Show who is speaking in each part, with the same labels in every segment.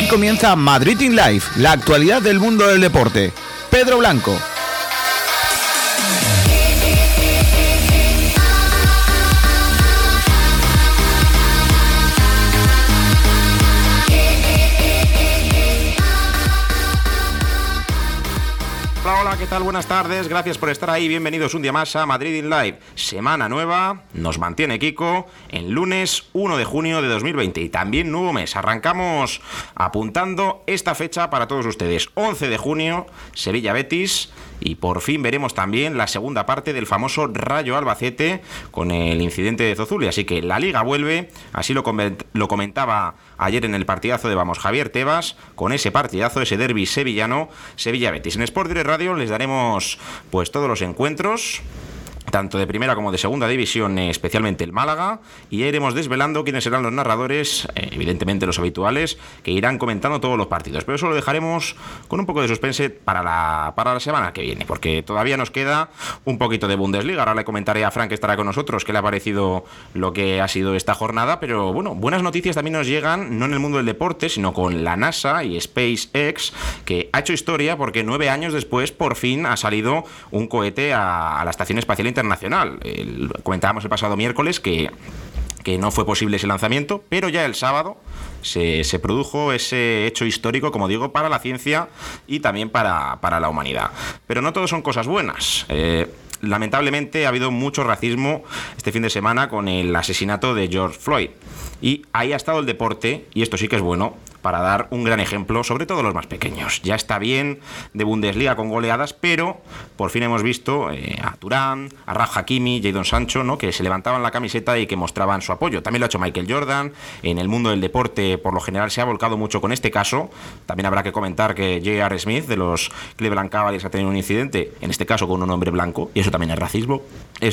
Speaker 1: comienza Madrid in Live, la actualidad del mundo del deporte. Pedro Blanco.
Speaker 2: Hola, ¿qué tal? Buenas tardes, gracias por estar ahí, bienvenidos un día más a Madrid in Live. Semana nueva, nos mantiene Kiko, en lunes 1 de junio de 2020 y también nuevo mes. Arrancamos apuntando esta fecha para todos ustedes, 11 de junio, Sevilla-Betis. Y por fin veremos también la segunda parte del famoso Rayo Albacete con el incidente de Zozuli. Así que la Liga vuelve, así lo comentaba ayer en el partidazo de Vamos Javier Tebas, con ese partidazo, ese derbi sevillano, Sevilla-Betis. En Sport Direct Radio les daremos pues todos los encuentros, tanto de primera como de segunda división, especialmente el Málaga, y iremos desvelando quiénes serán los narradores, evidentemente los habituales, que irán comentando todos los partidos. Pero eso lo dejaremos con un poco de suspense para la semana que viene, porque todavía nos queda un poquito de Bundesliga. Ahora le comentaré a Frank, que estará con nosotros, qué le ha parecido lo que ha sido esta jornada. Pero bueno, buenas noticias también nos llegan, no en el mundo del deporte, sino con la NASA y SpaceX, que ha hecho historia porque 9 años después por fin ha salido un cohete a la Estación Espacial Internacional. Comentábamos el pasado miércoles que no fue posible ese lanzamiento, pero ya el sábado se produjo ese hecho histórico, como digo, para la ciencia y también para la humanidad. Pero no todo son cosas buenas. Lamentablemente ha habido mucho racismo este fin de semana con el asesinato de George Floyd. Y ahí ha estado el deporte, y esto sí que es bueno, para dar un gran ejemplo, sobre todo los más pequeños. Ya está bien de Bundesliga con goleadas, pero por fin hemos visto a Thuram, a Raf Hakimi, Jadon Sancho, ¿no?, que se levantaban la camiseta y que mostraban su apoyo. También lo ha hecho Michael Jordan. En el mundo del deporte, por lo general, se ha volcado mucho con este caso. También habrá que comentar que J.R. Smith, de los Cleveland Cavaliers, ha tenido un incidente, en este caso con un hombre blanco, y eso también es racismo.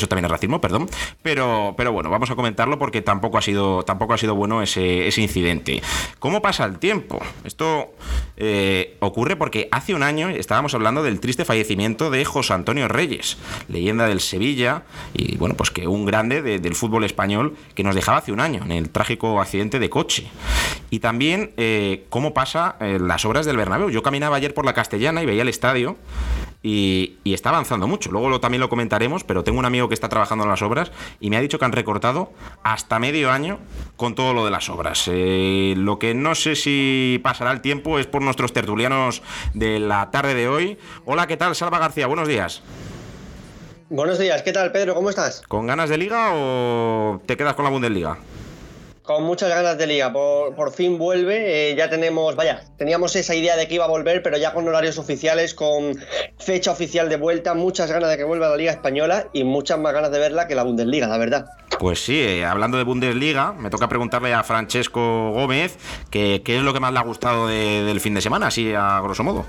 Speaker 2: Pero bueno, vamos a comentarlo porque tampoco ha sido bueno ese incidente. ¿Cómo pasa el tiempo? Esto ocurre porque hace un año estábamos hablando del triste fallecimiento de José Antonio Reyes, leyenda del Sevilla, y bueno, pues que un grande del fútbol español, que nos dejaba hace un año en el trágico accidente de coche. Y también cómo pasa las obras del Bernabéu. Yo caminaba ayer por la Castellana y veía el estadio y está avanzando mucho. Luego también lo comentaremos, pero tengo un amigo que está trabajando en las obras y me ha dicho que han recortado hasta medio año con todo lo de las obras. Lo que no sé si pasará el tiempo es por nuestros tertulianos de la tarde de hoy. Hola, ¿qué tal? Salva García, buenos días.
Speaker 3: Buenos días, ¿qué tal, Pedro? ¿Cómo estás?
Speaker 2: ¿Con ganas de liga o te quedas con la Bundesliga?
Speaker 3: Con muchas ganas de liga, por fin vuelve, teníamos esa idea de que iba a volver, pero ya con horarios oficiales, con fecha oficial de vuelta, muchas ganas de que vuelva a la Liga Española y muchas más ganas de verla que la Bundesliga, la verdad.
Speaker 2: Pues sí, hablando de Bundesliga, me toca preguntarle a Francesco Gómez qué es lo que más le ha gustado del fin de semana, así a grosso modo.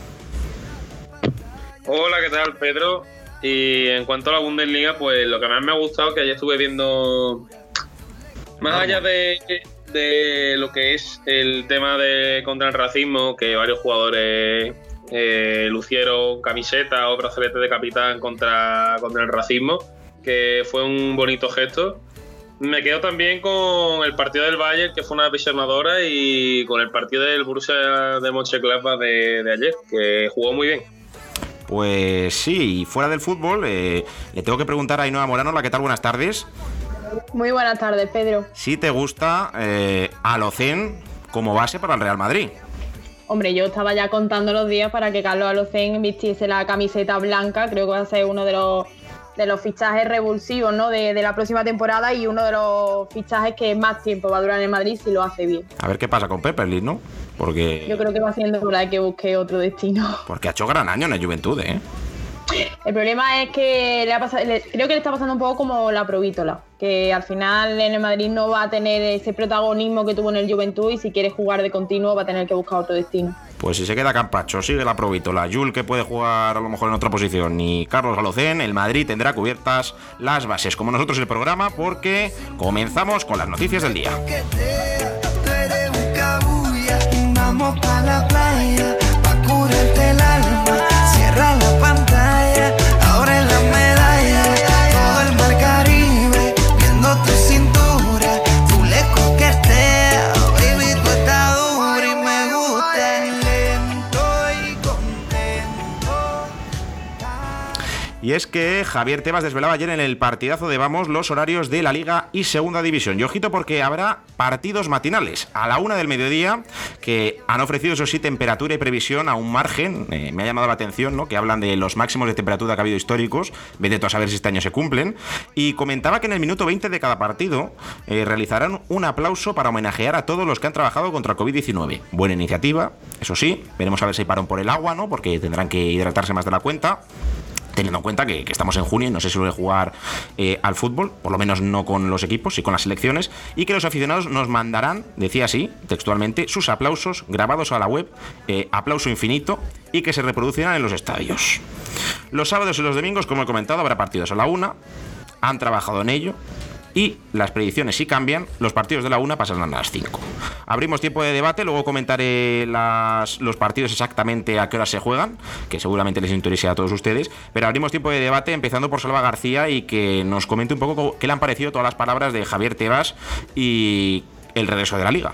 Speaker 4: Hola, ¿qué tal, Pedro? Y en cuanto a la Bundesliga, pues lo que más me ha gustado es que ayer estuve viendo... Más allá de lo que es el tema contra el racismo, que varios jugadores lucieron camisetas o brazaletes de capitán contra el racismo, que fue un bonito gesto, me quedo también con el partido del Bayern, que fue una apisonadora, y con el partido del Borussia de Mönchengladbach de ayer, que jugó muy bien.
Speaker 2: Pues sí, y fuera del fútbol, le tengo que preguntar a Ainhoa Morano. ¿Qué tal? Buenas tardes.
Speaker 5: Muy buenas tardes, Pedro.
Speaker 2: Si te gusta Alocén como base para el Real Madrid.
Speaker 5: Hombre, yo estaba ya contando los días para que Carlos Alocén vistiese la camiseta blanca. Creo que va a ser uno de los fichajes revulsivos, ¿no?, de la próxima temporada, y uno de los fichajes que más tiempo va a durar en el Madrid si lo hace bien. A
Speaker 2: ver qué pasa con Pepperlin, ¿no? Porque
Speaker 5: yo creo que va siendo hora de que busque otro destino.
Speaker 2: Porque ha hecho gran año en la Juventud, ¿eh?
Speaker 5: El problema es que creo que le está pasando un poco como la Provítola, que al final en el Madrid no va a tener ese protagonismo que tuvo en el Juventud, y si quiere jugar de continuo va a tener que buscar otro destino.
Speaker 2: Pues si se queda Campacho, sigue la Provítola, Jul, que puede jugar a lo mejor en otra posición, y Carlos Alocén, el Madrid tendrá cubiertas las bases, como nosotros el programa, porque comenzamos con las noticias del día. Vamos pa' la playa, pa' curarte el alma, cierra la pantalla, abre la medalla, todo el mar Caribe, viendo tu cintura, tú le coqueteas, baby, tú estás dura y me gusta. Y es que Javier Tebas desvelaba ayer en el partidazo de Vamos los horarios de la Liga y Segunda División. Y ojito porque habrá partidos matinales a la 1 del mediodía que han ofrecido, eso sí, temperatura y previsión a un margen. Me ha llamado la atención, ¿no?, que hablan de los máximos de temperatura que ha habido históricos. Vete tú a saber si este año se cumplen. Y comentaba que en el minuto 20 de cada partido realizarán un aplauso para homenajear a todos los que han trabajado contra el COVID-19. Buena iniciativa, eso sí. Veremos a ver si hay parón por el agua, ¿no?, porque tendrán que hidratarse más de la cuenta, teniendo en cuenta que estamos en junio y no se suele jugar al fútbol, por lo menos no con los equipos y con las selecciones, y que los aficionados nos mandarán, decía así, textualmente, sus aplausos grabados a la web, aplauso infinito, y que se reproducirán en los estadios. Los sábados y los domingos, como he comentado, habrá partidos a la 1, han trabajado en ello, y las predicciones, si cambian, los partidos de la 1 pasarán a las 5. Abrimos tiempo de debate, luego comentaré los partidos exactamente a qué hora se juegan, que seguramente les interese a todos ustedes, pero abrimos tiempo de debate empezando por Salva García y que nos comente un poco qué le han parecido todas las palabras de Javier Tebas y el regreso de la Liga.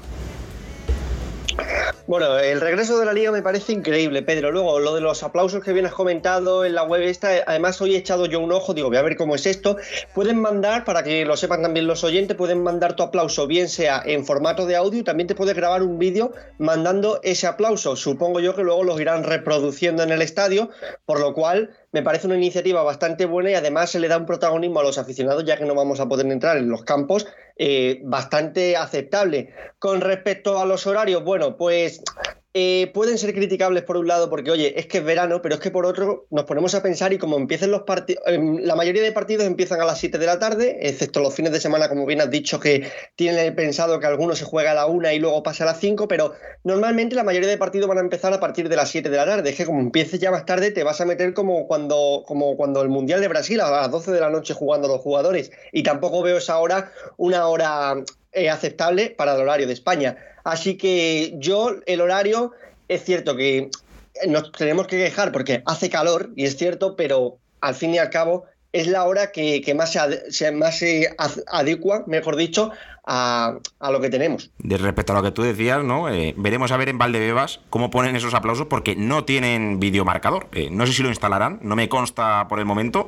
Speaker 3: Bueno, el regreso de la Liga me parece increíble, Pedro. Luego, lo de los aplausos que bien has comentado en la web esta, además hoy he echado yo un ojo, digo, voy a ver cómo es esto. Pueden mandar, para que lo sepan también los oyentes, pueden mandar tu aplauso, bien sea en formato de audio, y también te puedes grabar un vídeo mandando ese aplauso. Supongo yo que luego los irán reproduciendo en el estadio, por lo cual me parece una iniciativa bastante buena y además se le da un protagonismo a los aficionados, ya que no vamos a poder entrar en los campos, bastante aceptable. Con respecto a los horarios, bueno, pues pueden ser criticables por un lado porque, oye, es que es verano, pero es que por otro nos ponemos a pensar y como empiecen los partidos, la mayoría de partidos empiezan a las 7 de la tarde, excepto los fines de semana, como bien has dicho, que tienen pensado que algunos se juega a la 1 y luego pasa a las 5, pero normalmente la mayoría de partidos van a empezar a partir de las 7 de la tarde. Es que como empieces ya más tarde te vas a meter como cuando el Mundial de Brasil, a las 12 de la noche jugando los jugadores, y tampoco veo esa hora una hora aceptable para el horario de España. Así que yo, el horario, es cierto que nos tenemos que quejar porque hace calor, y es cierto, pero al fin y al cabo es la hora que más se adecua, mejor dicho, a lo que tenemos.
Speaker 2: De respecto a lo que tú decías, ¿no? Veremos a ver en Valdebebas cómo ponen esos aplausos porque no tienen videomarcador. No sé si lo instalarán, no me consta por el momento.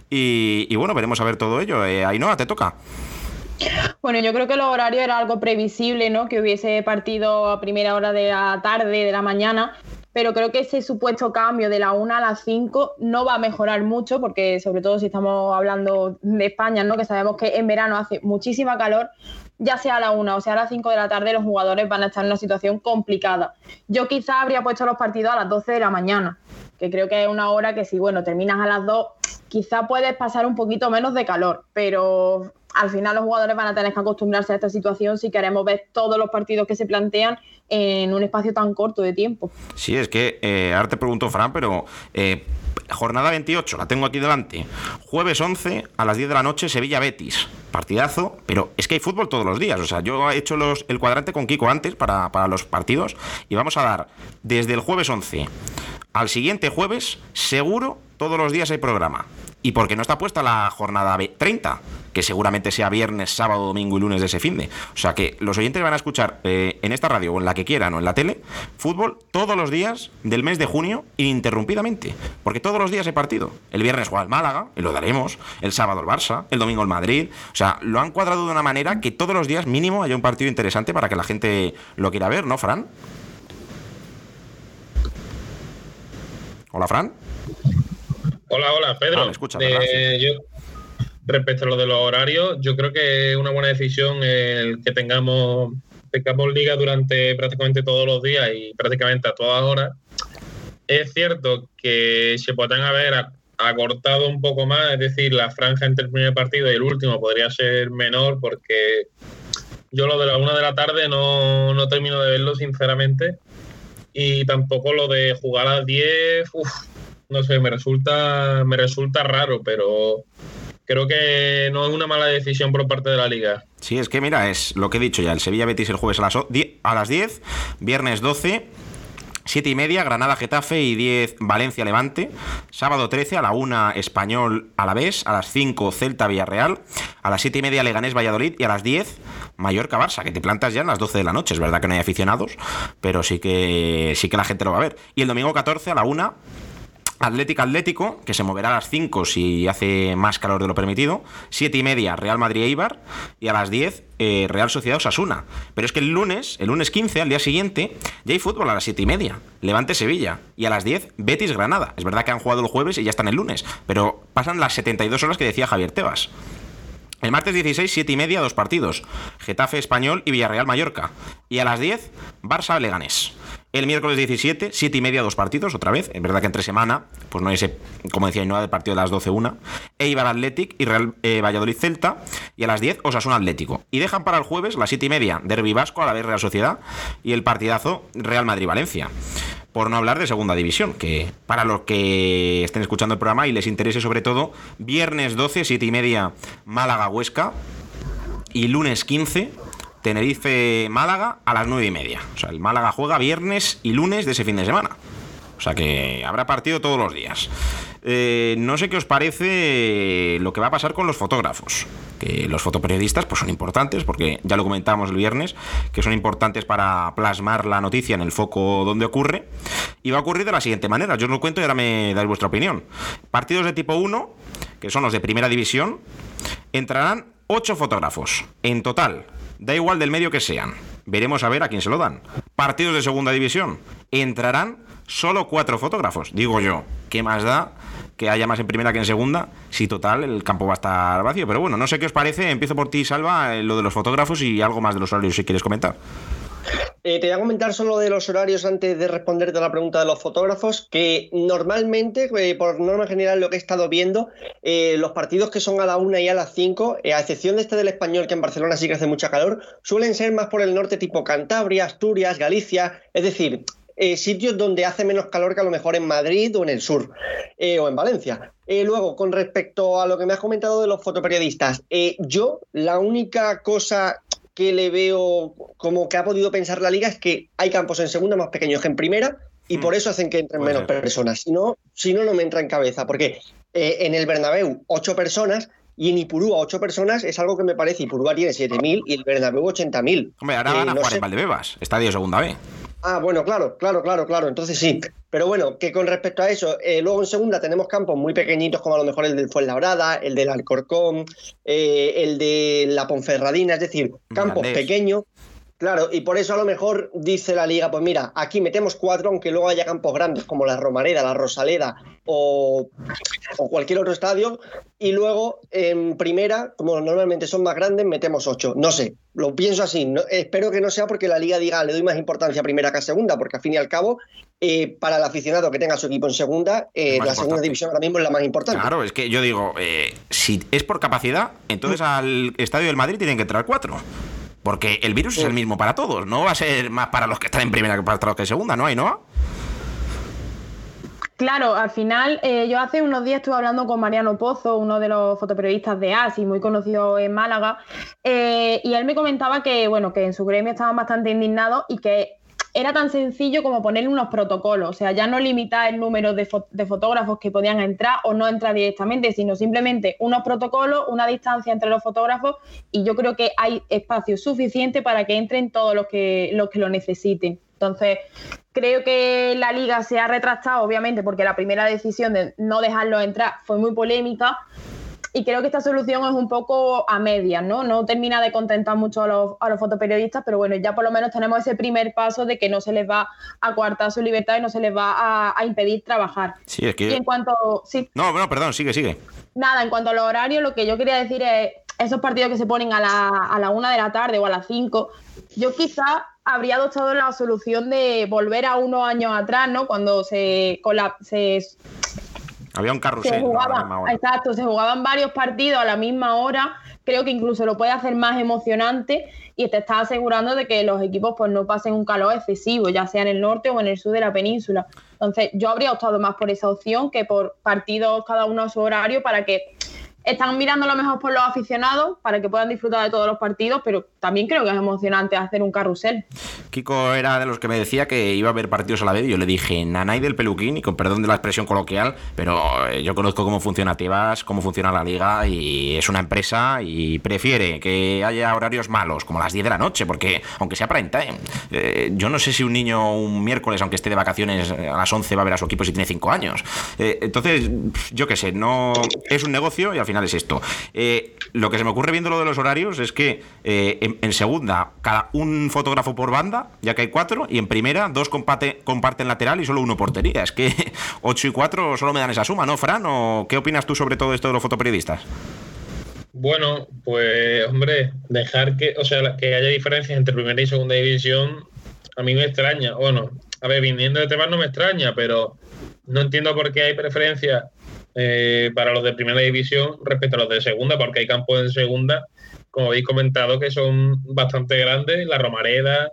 Speaker 2: Y bueno, veremos a ver todo ello. Ainhoa, te toca.
Speaker 5: Bueno, yo creo que los horarios era algo previsible, ¿no?, que hubiese partido a primera hora de la tarde, de la mañana, pero creo que ese supuesto cambio de la 1 a las 5 no va a mejorar mucho, porque sobre todo si estamos hablando de España, ¿no?, que sabemos que en verano hace muchísima calor, ya sea a la 1 o sea a las 5 de la tarde, los jugadores van a estar en una situación complicada. Yo quizás habría puesto los partidos a las 12 de la mañana, que creo que es una hora que si, bueno, terminas a las 2, quizás puedes pasar un poquito menos de calor, pero al final los jugadores van a tener que acostumbrarse a esta situación si queremos ver todos los partidos que se plantean en un espacio tan corto de tiempo.
Speaker 2: Sí, es que ahora te pregunto, Fran, pero jornada 28, la tengo aquí delante. Jueves 11 a las 10 de la noche, Sevilla-Betis. Partidazo, pero es que hay fútbol todos los días. O sea, yo he hecho el cuadrante con Kiko antes para los partidos y vamos a dar desde el jueves 11 al siguiente jueves, seguro, todos los días hay programa. Y porque no está puesta la jornada 30, que seguramente sea viernes, sábado, domingo y lunes de ese finde. O sea que los oyentes van a escuchar en esta radio o en la que quieran o en la tele, fútbol todos los días del mes de junio ininterrumpidamente. Porque todos los días hay partido. El viernes juega el Málaga, y lo daremos. El sábado el Barça, el domingo el Madrid. O sea, lo han cuadrado de una manera que todos los días mínimo haya un partido interesante para que la gente lo quiera ver, ¿no, Fran? Hola, Fran.
Speaker 4: Hola, Pedro.
Speaker 2: Me escuchas, ¿verdad? Sí.
Speaker 4: Respecto a lo de los horarios, yo creo que es una buena decisión el que tengamos liga durante prácticamente todos los días y prácticamente a todas horas. Es cierto que se podrían haber acortado un poco más, es decir, la franja entre el primer partido y el último podría ser menor, porque yo lo de la 1 de la tarde no termino de verlo, sinceramente. Y tampoco lo de jugar a las 10, no sé, me resulta raro, pero creo que no es una mala decisión por parte de la Liga.
Speaker 2: Sí, es que mira, es lo que he dicho ya, el Sevilla-Betis el jueves a las 10, viernes 12, 7:30, Granada-Getafe y 10, Valencia-Levante, sábado 13, a la 1, Español-Alavés, a las 5, Celta-Villarreal, a las 7:30, Leganés-Valladolid y a las 10, Mallorca-Barça, que te plantas ya en las 12 de la noche. Es verdad que no hay aficionados, pero sí que la gente lo va a ver. Y el domingo 14, a la 1, Atlético, que se moverá a las 5 si hace más calor de lo permitido. 7:30 Real Madrid-Eibar. Y a las 10 Real Sociedad-Osasuna. Pero es que el lunes 15, al día siguiente, ya hay fútbol a las 7:30. Levante-Sevilla. Y a las 10 Betis-Granada. Es verdad que han jugado el jueves y ya están el lunes, pero pasan las 72 horas que decía Javier Tebas. El martes 16, 7:30, 2 partidos. Getafe-Español y Villarreal-Mallorca. Y a las 10, Barça-Leganés. El miércoles 17, 7:30, 2 partidos, otra vez. Es verdad que entre semana, pues no hay ese, como decía, no hay partido de las 12-1. Eibar-Athletic y Real Valladolid-Celta. Y a las 10, Osasuna-Atlético. Y dejan para el jueves, las 7:30, Derbi Vasco, a la vez Real Sociedad. Y el partidazo Real Madrid-Valencia. Por no hablar de segunda división, que para los que estén escuchando el programa y les interese sobre todo, viernes 12, 7:30, Málaga-Huesca. Y lunes 15, Tenerife-Málaga a las 9:30. O sea, el Málaga juega viernes y lunes de ese fin de semana. O sea que habrá partido todos los días. No sé qué os parece lo que va a pasar con los fotógrafos. Que los fotoperiodistas pues son importantes, porque ya lo comentábamos el viernes, que son importantes para plasmar la noticia en el foco donde ocurre. Y va a ocurrir de la siguiente manera. Yo os lo cuento y ahora me dais vuestra opinión. Partidos de tipo 1, que son los de primera división, entrarán 8 fotógrafos en total. Da igual del medio que sean. Veremos a ver a quién se lo dan. Partidos de segunda división. Entrarán solo 4 fotógrafos. Digo yo, ¿qué más da que haya más en primera que en segunda? Si total el campo va a estar vacío. Pero bueno, no sé qué os parece. Empiezo por ti, Salva, lo de los fotógrafos y algo más de los horarios si quieres comentar.
Speaker 3: Te voy a comentar solo de los horarios antes de responderte a la pregunta de los fotógrafos, que normalmente, por norma general, lo que he estado viendo, los partidos que son a la 1 y a las 5, a excepción de este del Español, que en Barcelona sí que hace mucha calor, suelen ser más por el norte, tipo Cantabria, Asturias, Galicia, es decir, sitios donde hace menos calor que a lo mejor en Madrid o en el sur, o en Valencia. Luego, con respecto a lo que me has comentado de los fotoperiodistas, yo la única cosa que le veo como que ha podido pensar la liga es que hay campos en segunda más pequeños que en primera y por eso hacen que entren menos personas. Si no me entra en cabeza, porque en el Bernabéu 8 personas y en Ipurúa 8 personas es algo que me parece. Ipurúa tiene 7.000 y el Bernabéu 80.000.
Speaker 2: Hombre, ahora van a jugar en Valdebebas, estadio segunda B.
Speaker 3: Ah, bueno, claro, entonces sí. Pero bueno, que con respecto a eso, luego en segunda tenemos campos muy pequeñitos, como a lo mejor el del Fuenlabrada, el del Alcorcón, el de la Ponferradina, es decir, campos pequeños. Claro, y por eso a lo mejor dice la liga, pues mira, aquí metemos 4, aunque luego haya campos grandes como la Romareda, la Rosaleda o cualquier otro estadio, y luego en primera, como normalmente son más grandes, metemos 8. No sé, lo pienso así, espero que no sea porque la liga diga, le doy más importancia a primera que a segunda, porque al fin y al cabo, para el aficionado que tenga su equipo en segunda, la segunda división ahora mismo es la más importante.
Speaker 2: Claro, es que yo digo, si es por capacidad, entonces al estadio del Madrid tienen que entrar 4. Porque el virus es el mismo para todos, no va a ser más para los que están en primera que para los que en segunda, ¿no hay, no?
Speaker 5: Claro, al final, yo hace unos días estuve hablando con Mariano Pozo, uno de los fotoperiodistas de ASI, muy conocido en Málaga, y él me comentaba que, bueno, que en su gremio estaban bastante indignados y que era tan sencillo como ponerle unos protocolos, o sea, ya no limitar el número de fotógrafos que podían entrar o no entrar directamente, sino simplemente unos protocolos, una distancia entre los fotógrafos, y yo creo que hay espacio suficiente para que entren todos los que lo necesiten. Entonces, creo que la liga se ha retractado, obviamente, porque la primera decisión de no dejarlo entrar fue muy polémica, y creo que esta solución es un poco a medias, ¿no? No termina de contentar mucho a los fotoperiodistas, pero bueno, ya por lo menos tenemos ese primer paso de que no se les va a coartar su libertad y no se les va a impedir trabajar.
Speaker 2: Sí, es que...
Speaker 5: Y en cuanto... Sí.
Speaker 2: No, perdón, sigue.
Speaker 5: Nada, en cuanto a los horarios, lo que yo quería decir es esos partidos que se ponen a la 1 de la tarde o a las 5, yo quizá habría adoptado la solución de volver a unos años atrás, ¿no? Cuando
Speaker 2: había un carrusel.
Speaker 5: Exacto, se jugaban varios partidos a la misma hora. Creo que incluso lo puede hacer más emocionante y te estás asegurando de que los equipos pues no pasen un calor excesivo, ya sea en el norte o en el sur de la península. Entonces, yo habría optado más por esa opción que por partidos cada uno a su horario para que están mirando lo mejor por los aficionados para que puedan disfrutar de todos los partidos, pero también creo que es emocionante hacer un carrusel.
Speaker 2: Kiko era de los que me decía que iba a ver partidos a la vez y yo le dije, nanay del peluquín, y con perdón de la expresión coloquial, pero yo conozco cómo funciona Tebas, cómo funciona la liga, y es una empresa y prefiere que haya horarios malos, como las 10 de la noche, porque aunque sea prime time, yo no sé si un niño un miércoles, aunque esté de vacaciones a las 11, va a ver a su equipo si tiene 5 años. Entonces, yo qué sé, no es un negocio y al final es esto. Lo que se me ocurre viendo lo de los horarios es que en segunda, cada un fotógrafo por banda, ya que hay 4, y en primera 2 comparten lateral y solo 1 portería. Es que 8 y 4 solo me dan esa suma, ¿no, Fran? ¿O qué opinas tú sobre todo esto de los fotoperiodistas?
Speaker 4: Bueno, pues hombre, dejar que haya diferencias entre primera y segunda división a mí me extraña. Bueno, a ver, viniendo de Tebas no me extraña, pero no entiendo por qué hay preferencias para los de primera división respecto a los de segunda, porque hay campos en segunda, como habéis comentado, que son bastante grandes, la Romareda,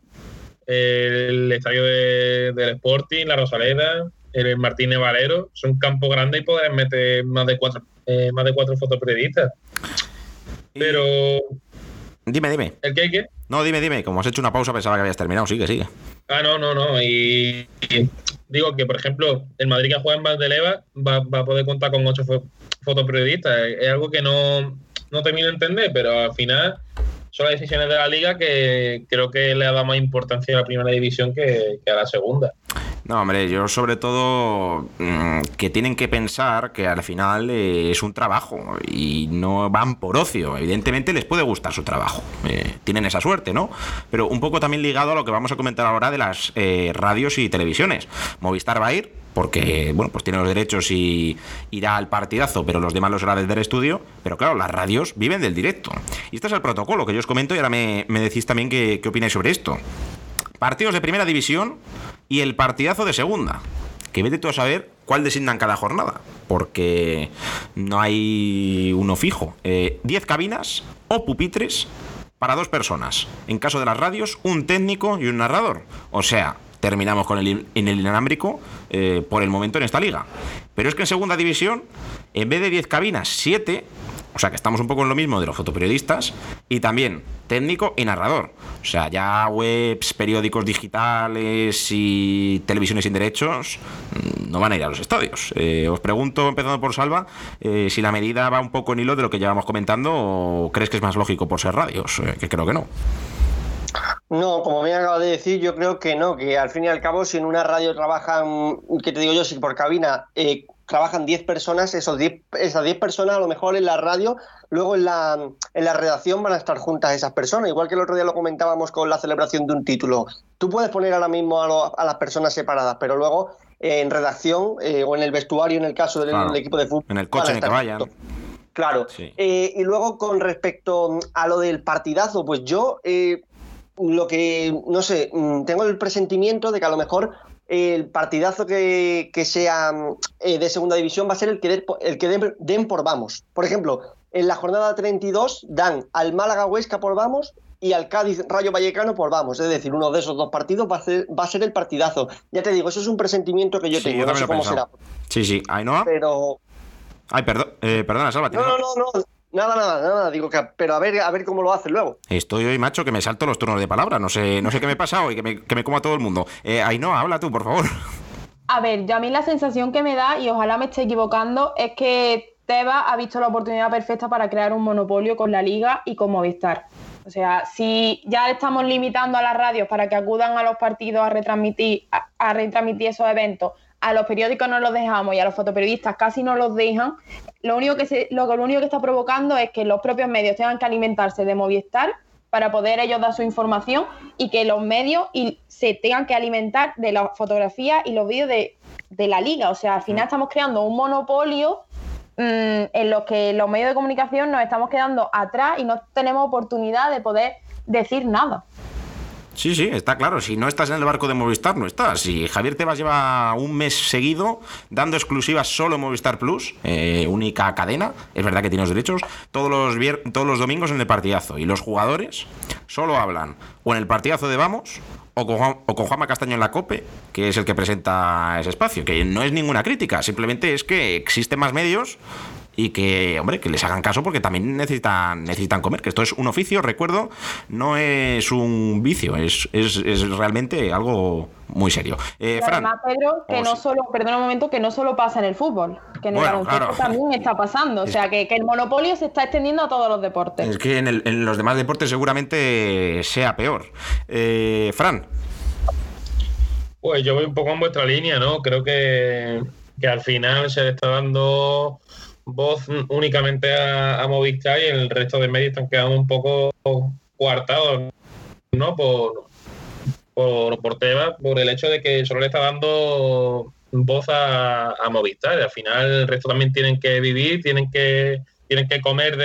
Speaker 4: el estadio del Sporting, la Rosaleda, el Martínez Valero, son campos grandes y podrán meter más de 4 fotoperiodistas. Pero...
Speaker 2: Dime.
Speaker 4: ¿El qué?
Speaker 2: No, dime. Como has hecho una pausa pensaba que habías terminado. Sigue.
Speaker 4: Ah, no. Y digo que, por ejemplo, el Madrid que juega en Valdebeba va a poder contar con 8 fotoperiodistas. Es algo que no termino de entender, pero al final son las decisiones de la liga que creo que le ha dado más importancia a la primera división que a la segunda.
Speaker 2: No, hombre, yo sobre todo que tienen que pensar que al final es un trabajo y no van por ocio. Evidentemente les puede gustar su trabajo, tienen esa suerte, ¿no? Pero un poco también ligado a lo que vamos a comentar ahora de las radios y televisiones. Movistar va a ir porque, bueno, pues tiene los derechos y irá al partidazo, pero los demás los hará desde el estudio. Pero claro, las radios viven del directo. Y este es el protocolo que yo os comento y ahora me decís también qué opináis sobre esto. Partidos de primera división y el partidazo de segunda, que vete tú a saber cuál designan cada jornada, porque no hay uno fijo. 10 cabinas o pupitres para 2 personas. En caso de las radios, un técnico y un narrador. O sea, terminamos con el inalámbrico por el momento en esta liga. Pero es que en segunda división, en vez de 10 cabinas, 7... O sea que estamos un poco en lo mismo de los fotoperiodistas. Y también técnico y narrador. O sea, ya webs, periódicos digitales y televisiones sin derechos no van a ir a los estadios. Os pregunto, empezando por Salva, si la medida va un poco en hilo de lo que llevamos comentando o crees que es más lógico por ser radios, que creo que no.
Speaker 3: No, como bien acabas de decir, yo creo que no, que al fin y al cabo, si en una radio trabajan, ¿qué te digo yo? Si por cabina trabajan 10 personas, esas 10 personas a lo mejor en la radio, luego en la redacción van a estar juntas esas personas, igual que el otro día lo comentábamos con la celebración de un título. Tú puedes poner ahora mismo a las personas separadas, pero luego en redacción o en el vestuario, en el caso del equipo de fútbol,
Speaker 2: en el coche en el que vayan.
Speaker 3: Claro. Sí. Y luego con respecto a lo del partidazo, pues yo... lo que, no sé, tengo el presentimiento de que a lo mejor el partidazo que sea de segunda división va a ser el que den por vamos. Por ejemplo, en la jornada 32 dan al Málaga Huesca por vamos y al Cádiz Rayo Vallecano por vamos. Es decir, uno de esos 2 partidos va a ser el partidazo. Ya te digo, eso es un presentimiento que yo tengo.
Speaker 2: Yo
Speaker 3: no sé cómo será.
Speaker 2: Sí. ¿Ainhoa?
Speaker 3: Pero...
Speaker 2: Ay, perdona, Salva.
Speaker 3: No. Nada, digo que, pero a ver cómo lo hace luego.
Speaker 2: Estoy hoy, macho, que me salto los turnos de palabra, no sé qué me pasa hoy, que me coma todo el mundo. Ainhoa, habla tú, por favor.
Speaker 5: A ver, yo a mí la sensación que me da, y ojalá me esté equivocando, es que Tebas ha visto la oportunidad perfecta para crear un monopolio con la Liga y con Movistar. O sea, si ya estamos limitando a las radios para que acudan a los partidos a retransmitir esos eventos, a los periódicos no los dejamos y a los fotoperiodistas casi no los dejan, lo único que está provocando es que los propios medios tengan que alimentarse de Movistar para poder ellos dar su información y que los medios se tengan que alimentar de las fotografías y los vídeos de la Liga. O sea, al final estamos creando un monopolio en los que los medios de comunicación nos estamos quedando atrás y no tenemos oportunidad de poder decir nada.
Speaker 2: Sí, está claro. Si no estás en el barco de Movistar, no estás. Si Javier Tebas lleva un mes seguido dando exclusivas solo en Movistar Plus, única cadena, es verdad que tiene los derechos, todos los domingos en el partidazo. Y los jugadores solo hablan o en el partidazo de Vamos o con Juanma Castaño en la COPE, que es el que presenta ese espacio, que no es ninguna crítica, simplemente es que existen más medios y que, hombre, que les hagan caso porque también necesitan comer, que esto es un oficio, recuerdo, no es un vicio, es realmente algo muy serio. Fran,
Speaker 5: además, Pedro, que no solo, perdona un momento, que no solo pasa en el fútbol, que en el baloncesto también está pasando, o sea, que el monopolio se está extendiendo a todos los deportes.
Speaker 2: Es que en los demás deportes seguramente sea peor. Fran.
Speaker 4: Pues yo voy un poco en vuestra línea, ¿no? Creo que al final se le está dando voz únicamente a Movistar y el resto de medios están quedando un poco coartados, ¿no? Por Tebas, por el hecho de que solo le está dando voz a Movistar. Al final el resto también tienen que vivir, tienen que comer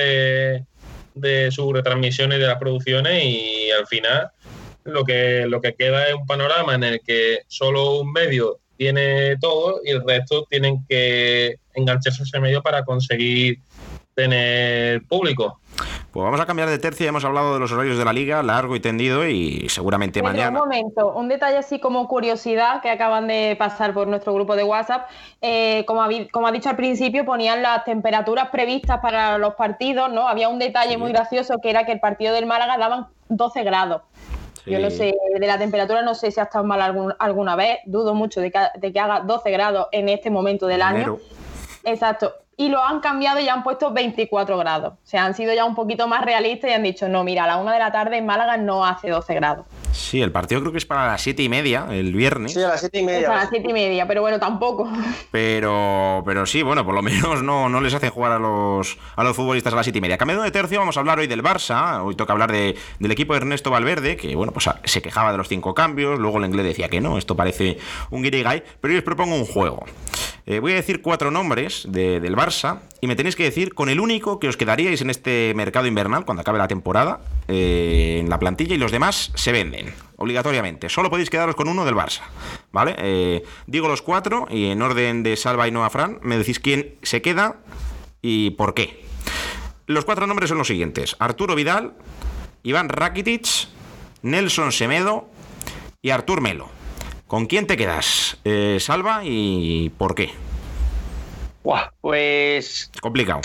Speaker 4: de sus retransmisiones y de las producciones, y al final lo que queda es un panorama en el que solo un medio tiene todo y el resto tienen que engancharse a ese medio para conseguir tener público.
Speaker 2: Pues vamos a cambiar de tercio. Hemos hablado de los horarios de la Liga, largo y tendido, y seguramente mañana...
Speaker 5: Un momento, un detalle así como curiosidad que acaban de pasar por nuestro grupo de WhatsApp. Como ha dicho al principio, ponían las temperaturas previstas para los partidos, ¿no? Había un detalle muy gracioso, que era que el partido del Málaga daban 12 grados. Sí. Yo no sé, de la temperatura no sé si ha estado mal alguna vez. Dudo mucho de que haga 12 grados en este momento del año. Exacto. Y lo han cambiado y han puesto 24 grados. O sea, han sido ya un poquito más realistas y han dicho, no, mira, a la 1 de la tarde en Málaga no hace 12 grados.
Speaker 2: Sí, el partido creo que es para las 7:30, el viernes.
Speaker 3: Sí, a las 7:30.
Speaker 5: Es a las 7:30, pero bueno, tampoco.
Speaker 2: Pero sí, bueno, por lo menos no les hacen jugar a los futbolistas a las 7:30. Cambiando de tercio, vamos a hablar hoy del Barça. Hoy toca hablar del equipo de Ernesto Valverde, que bueno, pues se quejaba de los 5 cambios. Luego el inglés decía que no, esto parece un guirigay. Pero yo os propongo un juego. Voy a decir 4 nombres del Barça y me tenéis que decir con el único que os quedaríais en este mercado invernal cuando acabe la temporada en la plantilla, y los demás se venden obligatoriamente. Solo podéis quedaros con uno del Barça, ¿vale? Digo los 4 y en orden de Salva y no a Fran me decís quién se queda y por qué. Los 4 nombres son los siguientes: Arturo Vidal, Iván Rakitic, Nelson Semedo y Artur Melo. ¿Con quién te quedas, Salva, y por qué?
Speaker 3: Buah, pues...
Speaker 2: Complicado.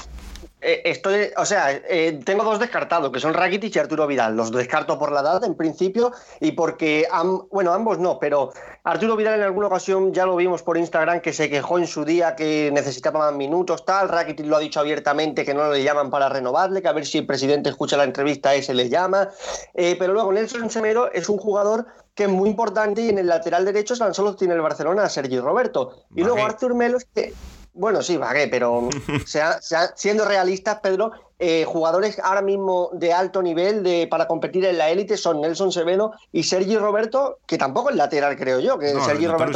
Speaker 3: Tengo 2 descartados, que son Rakitic y Arturo Vidal. Los descarto por la edad, en principio, y porque, ambos no, pero Arturo Vidal en alguna ocasión ya lo vimos por Instagram, que se quejó en su día que necesitaba más minutos, tal. Rakitic lo ha dicho abiertamente que no le llaman para renovarle, que a ver si el presidente escucha la entrevista, ese le llama. Pero luego Nelson Semedo es un jugador que es muy importante, y en el lateral derecho tan solo tiene el Barcelona a Sergi Roberto. Y luego Artur Melo es que... Bueno, sí, vagué, pero siendo realistas, Pedro, jugadores ahora mismo de alto nivel para competir en la élite son Nelson Semedo y Sergi Roberto, que tampoco es lateral, creo yo, que Sergi Roberto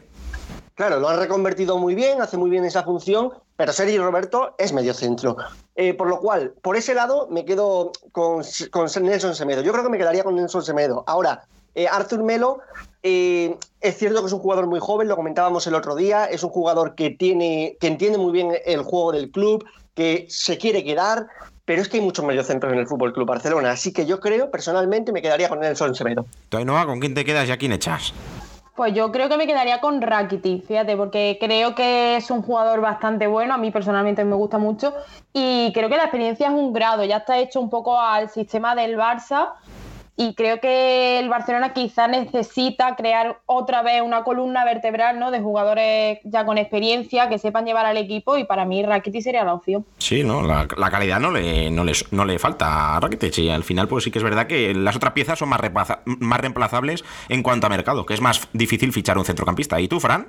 Speaker 3: lo han reconvertido muy bien, hace muy bien esa función, pero Sergi Roberto es mediocentro. Por lo cual, por ese lado, me quedo con Nelson Semedo. Yo creo que me quedaría con Nelson Semedo. Ahora, Artur Melo, es cierto que es un jugador muy joven, lo comentábamos el otro día, es un jugador que entiende muy bien el juego del club, que se quiere quedar, pero es que hay muchos mediocentros en el Fútbol Club Barcelona, así que yo creo, personalmente, me quedaría con Nelson Semedo.
Speaker 2: ¿Tú, Ainhoa, con quién te quedas y a quién echas?
Speaker 5: Pues yo creo que me quedaría con Rakitic, fíjate, porque creo que es un jugador bastante bueno, a mí personalmente me gusta mucho, y creo que la experiencia es un grado, ya está hecho un poco al sistema del Barça, y creo que el Barcelona quizá necesita crear otra vez una columna vertebral, ¿no?, de jugadores ya con experiencia que sepan llevar al equipo, y para mí Rakitic sería la opción.
Speaker 2: Sí, no, la calidad no le falta a Rakitic, y al final pues sí que es verdad que las otras piezas son más reemplazables en cuanto a mercado, que es más difícil fichar un centrocampista. ¿Y tú, Fran?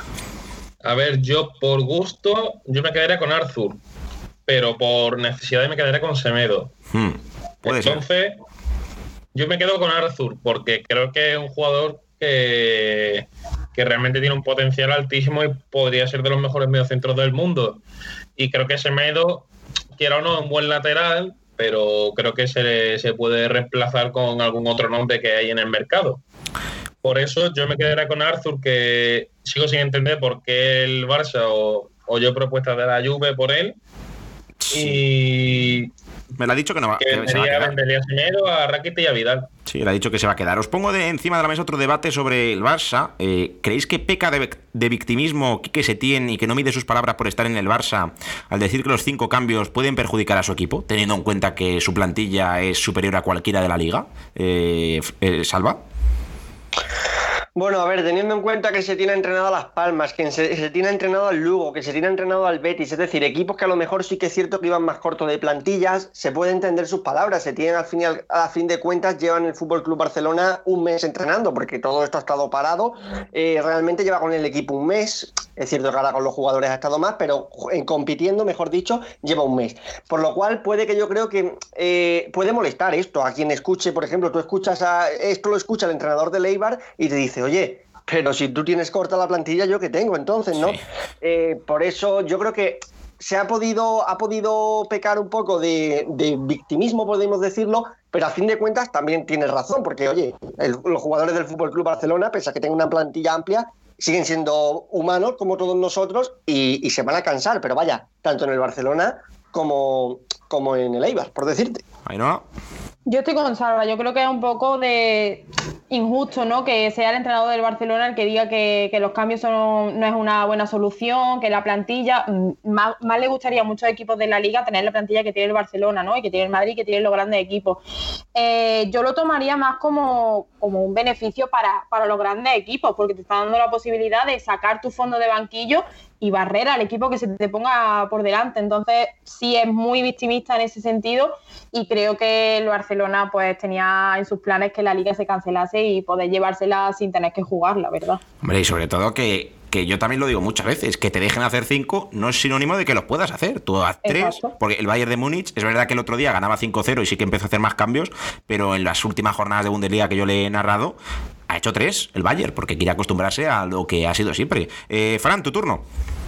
Speaker 4: A ver, yo por gusto yo me quedaría con Arthur, pero por necesidad me quedaría con Semedo.
Speaker 2: Puede
Speaker 4: Entonces ser. Yo me quedo con Arthur porque creo que es un jugador que realmente tiene un potencial altísimo y podría ser de los mejores mediocentros del mundo. Y creo que Semedo, quiera o no, es un buen lateral, pero creo que se puede reemplazar con algún otro nombre que hay en el mercado. Por eso yo me quedaría con Arthur, que sigo sin entender por qué el Barça o yo propuestas de la Juve por él. Sí. Y...
Speaker 2: me lo ha dicho que no va.
Speaker 4: Vendería a Semedo, a Rakitic y a Vidal.
Speaker 2: Sí, él ha dicho que se va a quedar. Os pongo encima de la mesa otro debate sobre el Barça. ¿Creéis que peca de victimismo Quique Setién y que no mide sus palabras por estar en el Barça al decir que los 5 cambios pueden perjudicar a su equipo, teniendo en cuenta que su plantilla es superior a cualquiera de la liga? ¿Salva?
Speaker 3: Bueno, a ver, teniendo en cuenta que se tiene entrenado a Las Palmas, que se tiene entrenado al Lugo, que se tiene entrenado al Betis, es decir, equipos que a lo mejor sí que es cierto que iban más cortos de plantillas, se puede entender sus palabras. Se tienen a fin de cuentas, llevan el FC Barcelona un mes entrenando, porque todo esto ha estado parado. Realmente lleva con el equipo un mes. Es cierto que ahora con los jugadores ha estado más, pero compitiendo, mejor dicho, lleva un mes. Por lo cual puede que yo creo que puede molestar esto a quien escuche. Por ejemplo, tú escuchas esto lo escucha el entrenador del Eibar y te dice, oye, pero si tú tienes corta la plantilla, ¿yo qué tengo entonces, no? Sí. Por eso yo creo que ha podido pecar un poco de victimismo, podemos decirlo, pero a fin de cuentas también tienes razón, porque, oye, los jugadores del FC Barcelona, pese a que tengan una plantilla amplia, siguen siendo humanos como todos nosotros y se van a cansar, pero vaya, tanto en el Barcelona como en el Eibar, por decirte.
Speaker 2: Ainhoa.
Speaker 5: Yo estoy con Salva, yo creo que es un poco de injusto, ¿no? Que sea el entrenador del Barcelona el que diga que los cambios no es una buena solución, que la plantilla, más le gustaría a muchos equipos de la Liga tener la plantilla que tiene el Barcelona, ¿no? Y que tiene el Madrid, que tiene los grandes equipos. Yo lo tomaría más como un beneficio para los grandes equipos, porque te está dando la posibilidad de sacar tu fondo de banquillo y barrer al equipo que se te ponga por delante. Entonces sí es muy victimista en ese sentido y creo que el Barcelona pues tenía en sus planes que la Liga se cancelase y poder llevársela sin tener que jugarla, ¿verdad?
Speaker 2: Hombre, y sobre todo que yo también lo digo muchas veces, que te dejen hacer 5 no es sinónimo de que los puedas hacer. Tú haz 3, porque el Bayern de Múnich, es verdad que el otro día ganaba 5-0 y sí que empezó a hacer más cambios, pero en las últimas jornadas de Bundesliga que yo le he narrado, ha hecho 3 el Bayern, porque quiere acostumbrarse a lo que ha sido siempre. Fran, tu turno.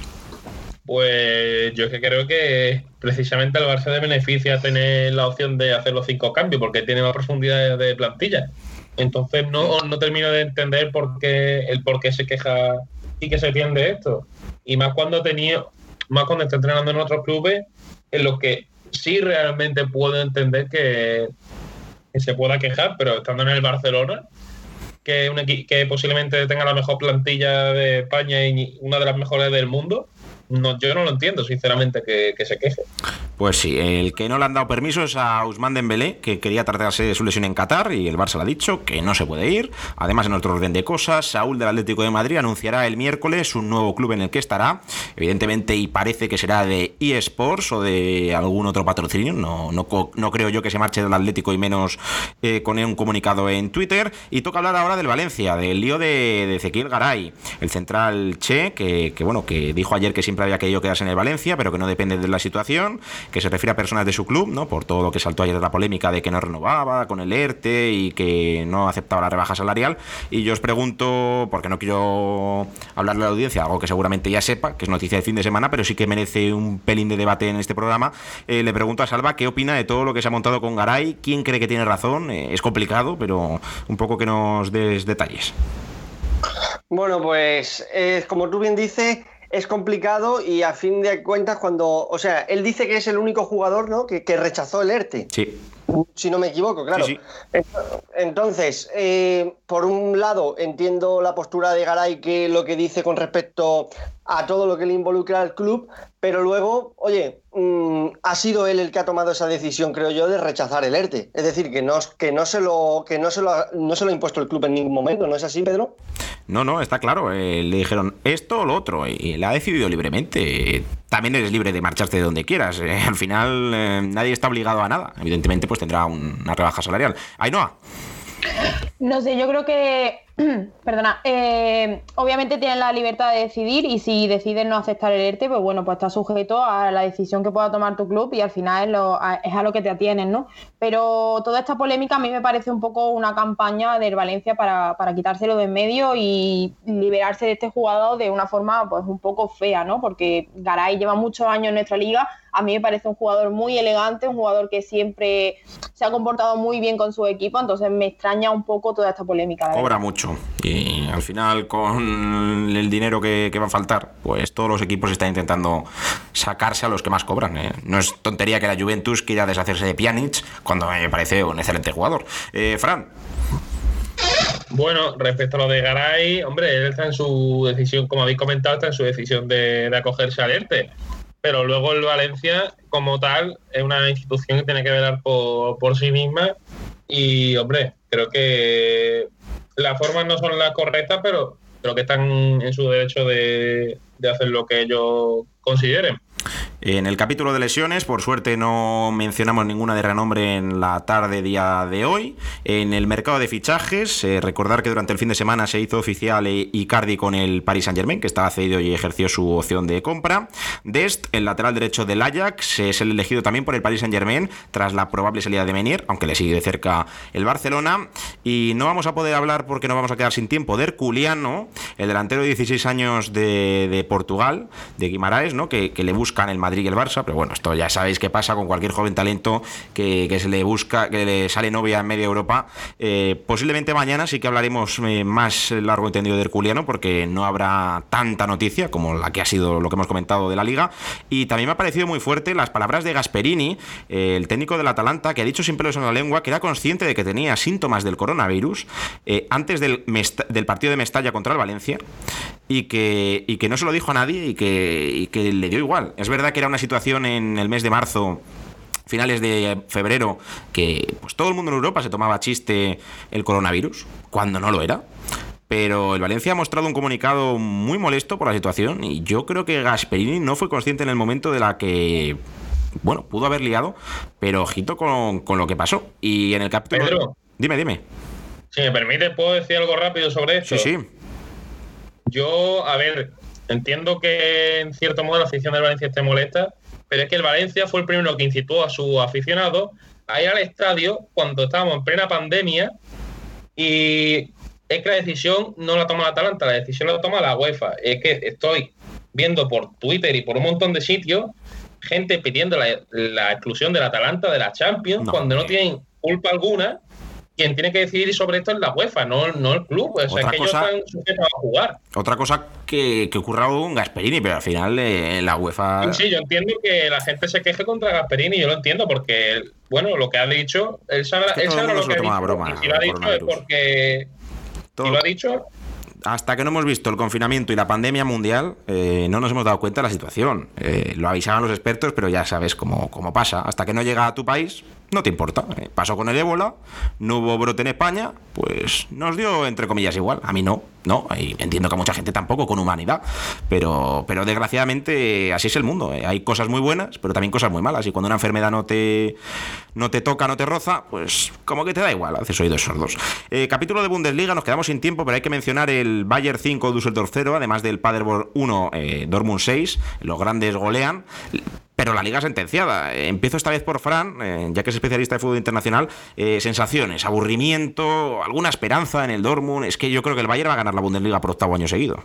Speaker 4: Pues yo es que creo que precisamente al Barça le beneficia tener la opción de hacer los 5 cambios, porque tiene más profundidad de plantilla. Entonces no termino de entender por qué se queja y que se tiende esto. Y más cuando está entrenando en otros clubes, en los que sí realmente puedo entender que se pueda quejar, pero estando en el Barcelona, que posiblemente tenga la mejor plantilla de España y una de las mejores del mundo, yo no lo entiendo, sinceramente, que se queje.
Speaker 2: Pues sí, el que no le han dado permiso es a Ousmane Dembélé, que quería tratarse de su lesión en Qatar y el Barça le ha dicho que no se puede ir. Además, en otro orden de cosas, Saúl del Atlético de Madrid anunciará el miércoles un nuevo club en el que estará, evidentemente, y parece que será de eSports o de algún otro patrocinio. No creo yo que se marche del Atlético y menos con un comunicado en Twitter. Y toca hablar ahora del Valencia, del lío de Ezequiel Garay, el central che, que dijo ayer que siempre había querido quedarse en el Valencia, pero que no depende de la situación, que se refiere a personas de su club, ¿no? Por todo lo que saltó ayer de la polémica de que no renovaba con el ERTE y que no aceptaba la rebaja salarial. Y yo os pregunto, porque no quiero hablarle a la audiencia, algo que seguramente ya sepa, que es noticia de fin de semana, pero sí que merece un pelín de debate en este programa. Le pregunto a Salva qué opina de todo lo que se ha montado con Garay, quién cree que tiene razón. Es complicado, pero un poco que nos des detalles.
Speaker 3: Bueno, pues como tú bien dices, es complicado y a fin de cuentas él dice que es el único jugador, ¿no?, que rechazó el ERTE.
Speaker 2: Sí.
Speaker 3: Si no me equivoco, claro. Sí. Entonces, por un lado, entiendo la postura de Garay, que lo que dice con respecto a todo lo que le involucra al club, pero luego, oye, ha sido él el que ha tomado esa decisión, creo yo, de rechazar el ERTE. Es decir, que no se lo ha impuesto el club en ningún momento, ¿no es así, Pedro?
Speaker 2: No, está claro. Le dijeron esto o lo otro y él ha decidido libremente. También eres libre de marcharte de donde quieras. Al final nadie está obligado a nada. Evidentemente pues tendrá una rebaja salarial. Ainhoa.
Speaker 5: No sé, yo creo que perdona, obviamente tienen la libertad de decidir y si deciden no aceptar el ERTE, pues bueno, pues está sujeto a la decisión que pueda tomar tu club y al final es a lo que te atienen, ¿no? Pero toda esta polémica a mí me parece un poco una campaña del Valencia para quitárselo de en medio y liberarse de este jugador de una forma pues un poco fea, ¿no? Porque Garay lleva muchos años en nuestra liga, a mí me parece un jugador muy elegante, un jugador que siempre se ha comportado muy bien con su equipo, entonces me extraña un poco toda esta polémica.
Speaker 2: Cobra mucho, eso. Y al final, con el dinero que va a faltar, pues todos los equipos están intentando sacarse a los que más cobran. No es tontería que la Juventus quiera deshacerse de Pjanic cuando me parece un excelente jugador. Fran.
Speaker 4: Bueno, respecto a lo de Garay, hombre, él está en su decisión, como habéis comentado, está en su decisión de acogerse al ERTE. Pero luego el Valencia, como tal, es una institución que tiene que velar por sí misma. Y, hombre, creo que las formas no son las correctas, pero creo que están en su derecho de hacer lo que ellos consideren.
Speaker 2: En el capítulo de lesiones, por suerte no mencionamos ninguna de renombre en la tarde día de hoy. En el mercado de fichajes, recordar que durante el fin de semana se hizo oficial Icardi con el Paris Saint-Germain, que estaba cedido y ejerció su opción de compra. Dest, el lateral derecho del Ajax, es el elegido también por el Paris Saint-Germain tras la probable salida de Meunier, aunque le sigue de cerca el Barcelona. Y no vamos a poder hablar, porque nos vamos a quedar sin tiempo, de Herculiano, el delantero de 16 años de Portugal, de Guimarães, ¿no? que le buscan el Madrid y el Barça, pero bueno, esto ya sabéis qué pasa con cualquier joven talento que se le busca, que le sale novia en media Europa. Posiblemente mañana sí que hablaremos más largo y tendido de Herculiano, porque no habrá tanta noticia como la que ha sido lo que hemos comentado de la Liga. Y también me ha parecido muy fuerte las palabras de Gasperini, el técnico del Atalanta, que ha dicho sin pelos en la lengua que era consciente de que tenía síntomas del coronavirus antes del partido de Mestalla contra el Valencia, y que no se lo dijo a nadie y que le dio igual. Es verdad que era una situación en el mes de marzo, finales de febrero, que pues todo el mundo en Europa se tomaba chiste el coronavirus, cuando no lo era. Pero el Valencia ha mostrado un comunicado muy molesto por la situación, y yo creo que Gasperini no fue consciente en el momento de la que, bueno, pudo haber liado, pero ojito con lo que pasó. Y en el capítulo...
Speaker 4: Pedro,
Speaker 2: Dime.
Speaker 4: Si me permite, ¿puedo decir algo rápido sobre esto?
Speaker 2: Sí.
Speaker 4: Yo, a ver, entiendo que en cierto modo la afición del Valencia esté molesta, pero es que el Valencia fue el primero que incitó a sus aficionados a ir al estadio cuando estábamos en plena pandemia, y es que la decisión no la toma la Atalanta, la decisión la toma la UEFA. Es que estoy viendo por Twitter y por un montón de sitios gente pidiendo la exclusión del Atalanta de la Champions cuando no tienen culpa alguna. Quien tiene que decidir sobre esto es la UEFA, no el club. O sea, que ellos están sujetos a jugar.
Speaker 2: Otra cosa que ocurra con Gasperini, pero al final la UEFA...
Speaker 4: Sí, yo entiendo que la gente se queje contra Gasperini, yo lo entiendo, porque, bueno, lo que ha dicho, él sabe lo que ha dicho.
Speaker 2: Broma,
Speaker 4: y si lo ha dicho es porque... Si lo ha dicho...
Speaker 2: Hasta que no hemos visto el confinamiento y la pandemia mundial, no nos hemos dado cuenta de la situación. Lo avisaban los expertos, pero ya sabes cómo pasa. Hasta que no llega a tu país, no te importa. Pasó con el ébola, no hubo brote en España, pues nos dio, entre comillas, igual. A mí no. Y entiendo que a mucha gente tampoco, con humanidad. Pero desgraciadamente así es el mundo. Hay cosas muy buenas, pero también cosas muy malas. Y cuando una enfermedad no te toca, no te roza, pues como que te da igual, haces oídos sordos. Capítulo de Bundesliga, nos quedamos sin tiempo, pero hay que mencionar el Bayern 5, Düsseldorf 0, además del Paderborn 1, Dortmund 6. Los grandes golean, pero la liga sentenciada. Empiezo esta vez por Fran, ya que es especialista de fútbol internacional. Sensaciones, aburrimiento, alguna esperanza en el Dortmund. Es que yo creo que el Bayern va a ganar la Bundesliga por 8º año seguido.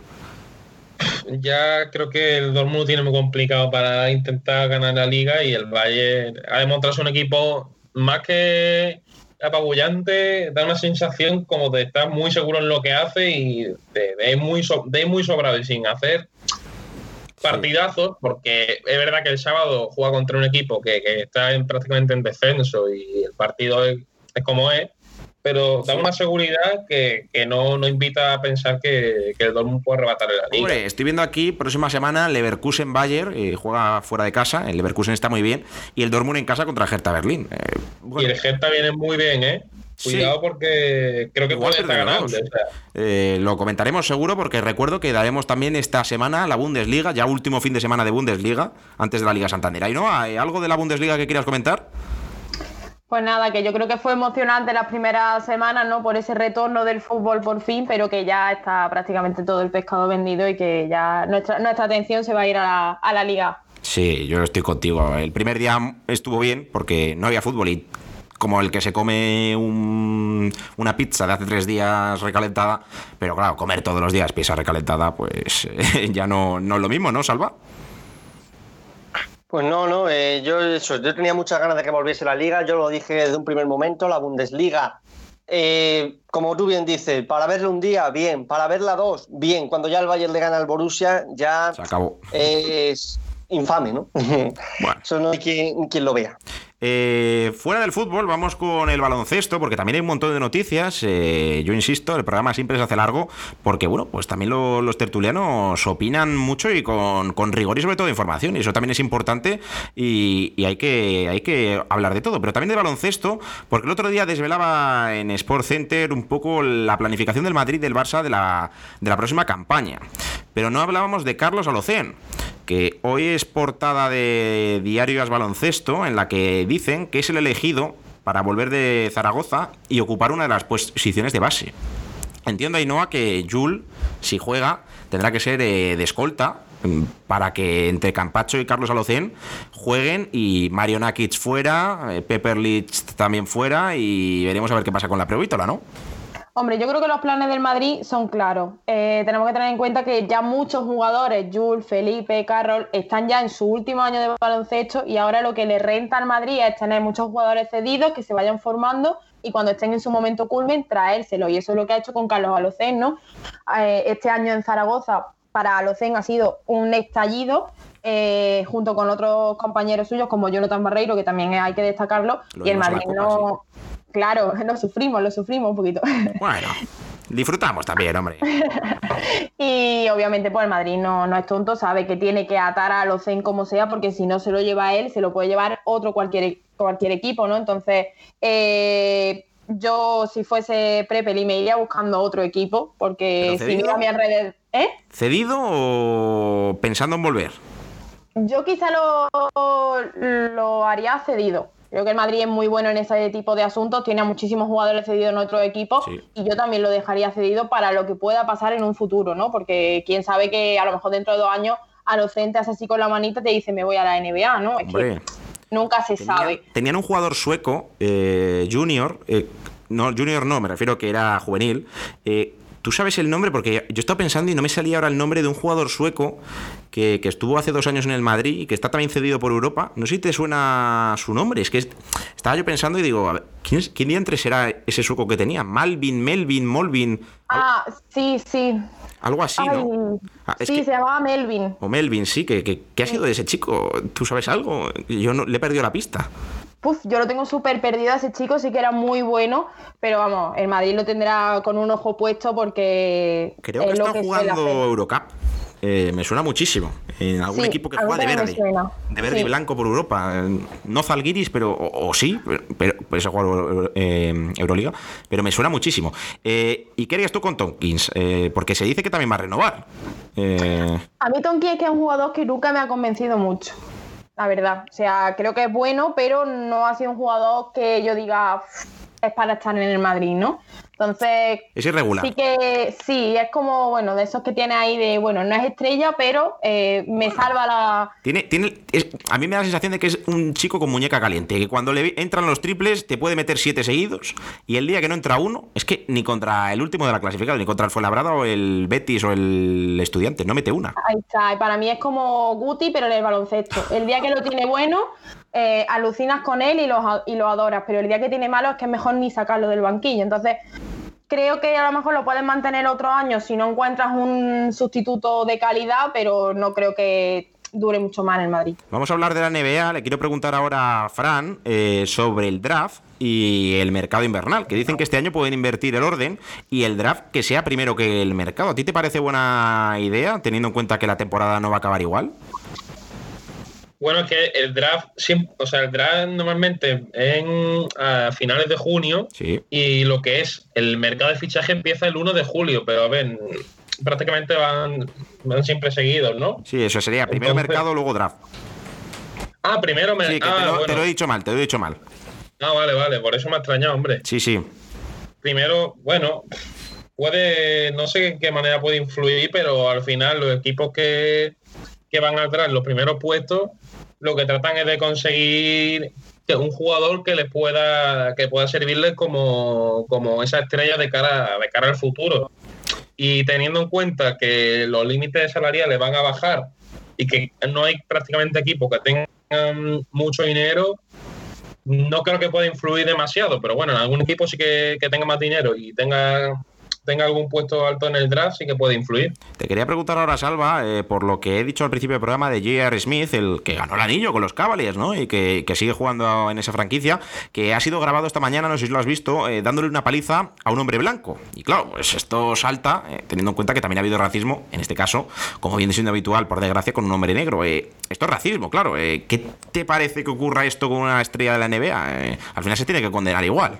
Speaker 4: Ya creo que el Dortmund tiene muy complicado para intentar ganar la liga, y el Bayern ha demostrado ser un equipo más que apabullante, da una sensación como de estar muy seguro en lo que hace y de muy sobrado y sin hacer partidazos, porque es verdad que el sábado juega contra un equipo que está prácticamente en descenso y el partido es como es, pero da una seguridad que no invita a pensar que el Dortmund puede arrebatar la liga.
Speaker 2: Hombre, estoy viendo aquí, próxima semana, Leverkusen-Bayern, juega fuera de casa, el Leverkusen está muy bien, y el Dortmund en casa contra el Hertha Berlín.
Speaker 4: Bueno. Y el Hertha viene muy bien, Cuidado, sí, porque creo que igual puede estar ganando. O sea.
Speaker 2: Lo comentaremos seguro, porque recuerdo que daremos también esta semana la Bundesliga, ya último fin de semana de Bundesliga, antes de la Liga Santander. ¿Y no? ¿Hay algo de la Bundesliga que quieras comentar?
Speaker 5: Pues nada, que yo creo que fue emocionante las primeras semanas, ¿no? Por ese retorno del fútbol por fin, pero que ya está prácticamente todo el pescado vendido y que ya nuestra atención se va a ir a la liga.
Speaker 2: Sí, yo estoy contigo. El primer día estuvo bien porque no había fútbol, y como el que se come una pizza de hace 3 días recalentada, pero claro, comer todos los días pizza recalentada, pues ya no es lo mismo, ¿no, Salva?
Speaker 3: Pues no, yo tenía muchas ganas de que volviese la liga. Yo lo dije desde un primer momento, la Bundesliga como tú bien dices, para verla un día, bien, para verla dos, bien. Cuando ya el Bayern le gana al Borussia, ya
Speaker 2: se acabó.
Speaker 3: Es infame, ¿no? Bueno. Eso no hay quien lo vea.
Speaker 2: Fuera del fútbol, vamos con el baloncesto, porque también hay un montón de noticias. Yo insisto, el programa siempre se hace largo, porque bueno, pues también los tertulianos opinan mucho y con rigor y sobre todo información, y eso también es importante y hay que hablar de todo, pero también de baloncesto, porque el otro día desvelaba en Sport Center un poco la planificación del Madrid, del Barça de la próxima campaña, pero no hablábamos de Carlos Alocén, que hoy es portada de Diario As Baloncesto, en la que dicen que es el elegido para volver de Zaragoza y ocupar una de las posiciones de base. Entiendo, Ainhoa, que Jul, si juega, tendrá que ser de escolta para que entre Campacho y Carlos Alocén jueguen, y Mario Nakic fuera, Pepper Lich también fuera, y veremos a ver qué pasa con la Prevítola, ¿no?
Speaker 5: Hombre, yo creo que los planes del Madrid son claros. Tenemos que tener en cuenta que ya muchos jugadores, Jules, Felipe, Carroll, están ya en su último año de baloncesto, y ahora lo que le renta al Madrid es tener muchos jugadores cedidos que se vayan formando y cuando estén en su momento culmen, traérselo. Y eso es lo que ha hecho con Carlos Alocén, ¿no? Este año en Zaragoza para Alocén ha sido un estallido, junto con otros compañeros suyos como Jonathan Barreiro, que también hay que destacarlo, y el Madrid no... Sí. Claro, lo sufrimos un poquito.
Speaker 2: Bueno, disfrutamos también, hombre.
Speaker 5: Y obviamente pues el Madrid no es tonto, sabe que tiene que atar a Alocén como sea, porque si no se lo lleva él, se lo puede llevar cualquier equipo, ¿no? Entonces, yo si fuese Prepeli me iría buscando otro equipo, porque si mira a mi alrededor...
Speaker 2: ¿Cedido o pensando en volver?
Speaker 5: Yo quizá lo haría cedido. Creo que el Madrid es muy bueno en ese tipo de asuntos, tiene a muchísimos jugadores cedidos en otros equipos, sí. Y yo también lo dejaría cedido para lo que pueda pasar en un futuro, ¿no? Porque quién sabe que a lo mejor dentro de 2 años Alocén te hace así con la manita y te dice me voy a la NBA, ¿no? Es que nunca se sabe.
Speaker 2: Tenían un jugador sueco, junior, no, me refiero que era juvenil. ¿Tú sabes el nombre? Porque yo estaba pensando y no me salía ahora el nombre de un jugador sueco que estuvo hace 2 años en el Madrid y que está también cedido por Europa. No sé si te suena su nombre. Es que estaba yo pensando y digo, a ver, ¿quién diantre será ese sueco que tenía? Molvin.
Speaker 5: Sí.
Speaker 2: Algo así, ¿no?
Speaker 5: Se llamaba Melvin.
Speaker 2: O Melvin, sí. ¿Qué ha sido de ese chico? ¿Tú sabes algo? Yo no, le he perdido la pista.
Speaker 5: Yo lo tengo súper perdido a ese chico, sí que era muy bueno, pero vamos, el Madrid lo tendrá con un ojo puesto porque...
Speaker 2: Creo que está jugando Eurocup. Me suena muchísimo. En algún equipo que juega de verde y blanco por Europa. No Zalgiris, pero o sí, pero se ha jugado Euroliga, pero me suena muchísimo. ¿Y qué harías tú con Tompkins? Porque se dice que también va a renovar.
Speaker 5: A mí Tompkins es que es un jugador que nunca me ha convencido mucho, la verdad. O sea, creo que es bueno, pero no ha sido un jugador que yo diga es para estar en el Madrid, ¿no? Entonces... Es
Speaker 2: irregular.
Speaker 5: Sí, es como, bueno, de esos que tiene ahí de, bueno, no es estrella, pero me salva la...
Speaker 2: A mí me da la sensación de que es un chico con muñeca caliente, que cuando le entran los triples te puede meter 7 seguidos, y el día que no entra uno, es que ni contra el último de la clasificada, ni contra el Fuenlabrada o el Betis o el Estudiantes, no mete una.
Speaker 5: Ahí está, y para mí es como Guti, pero en el baloncesto. El día que lo tiene bueno... alucinas con él y lo adoras, pero el día que tiene malo es que es mejor ni sacarlo del banquillo. Entonces creo que a lo mejor lo puedes mantener otro año si no encuentras un sustituto de calidad, pero no creo que dure mucho más en el Madrid.
Speaker 2: Vamos a hablar de la NBA. Le quiero preguntar ahora a Fran sobre el draft y el mercado invernal, que dicen que este año pueden invertir el orden y el draft que sea primero que el mercado. ¿A ti te parece buena idea, teniendo en cuenta que la temporada no va a acabar igual?
Speaker 4: Bueno, es que el draft, el draft normalmente a finales de junio, sí. Y lo que es el mercado de fichaje empieza el 1 de julio, pero a ver, prácticamente van siempre seguidos, ¿no?
Speaker 2: Sí, eso sería primero mercado, luego draft.
Speaker 4: Primero mercado.
Speaker 2: Sí, te lo he dicho mal.
Speaker 4: Vale, por eso me ha extrañado, hombre.
Speaker 2: Sí.
Speaker 4: Primero, bueno, no sé en qué manera puede influir, pero al final los equipos que van atrás, los primeros puestos, lo que tratan es de conseguir un jugador que pueda servirles como esa estrella de cara al futuro. Y teniendo en cuenta que los límites salariales van a bajar y que no hay prácticamente equipos que tengan mucho dinero, no creo que pueda influir demasiado, pero bueno, en algún equipo sí que tenga más dinero y tenga algún puesto alto en el draft, sí que puede influir.
Speaker 2: Te quería preguntar ahora, Salva, por lo que he dicho al principio del programa de J.R. Smith, el que ganó el anillo con los Cavaliers, ¿no? Y que sigue jugando en esa franquicia, que ha sido grabado esta mañana, no sé si lo has visto, dándole una paliza a un hombre blanco. Y claro, pues esto salta, teniendo en cuenta que también ha habido racismo, en este caso, como viene siendo habitual, por desgracia, con un hombre negro. Esto es racismo, claro. ¿Qué te parece que ocurra esto con una estrella de la NBA? Al final se tiene que condenar igual.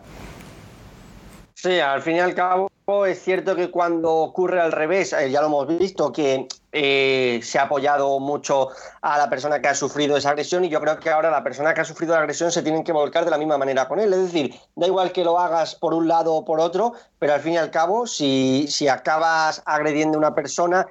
Speaker 3: Sí, al fin y al cabo es cierto que cuando ocurre al revés, ya lo hemos visto, que se ha apoyado mucho a la persona que ha sufrido esa agresión, y yo creo que ahora la persona que ha sufrido la agresión se tienen que volcar de la misma manera con él. Es decir, da igual que lo hagas por un lado o por otro, pero al fin y al cabo, si acabas agrediendo a una persona,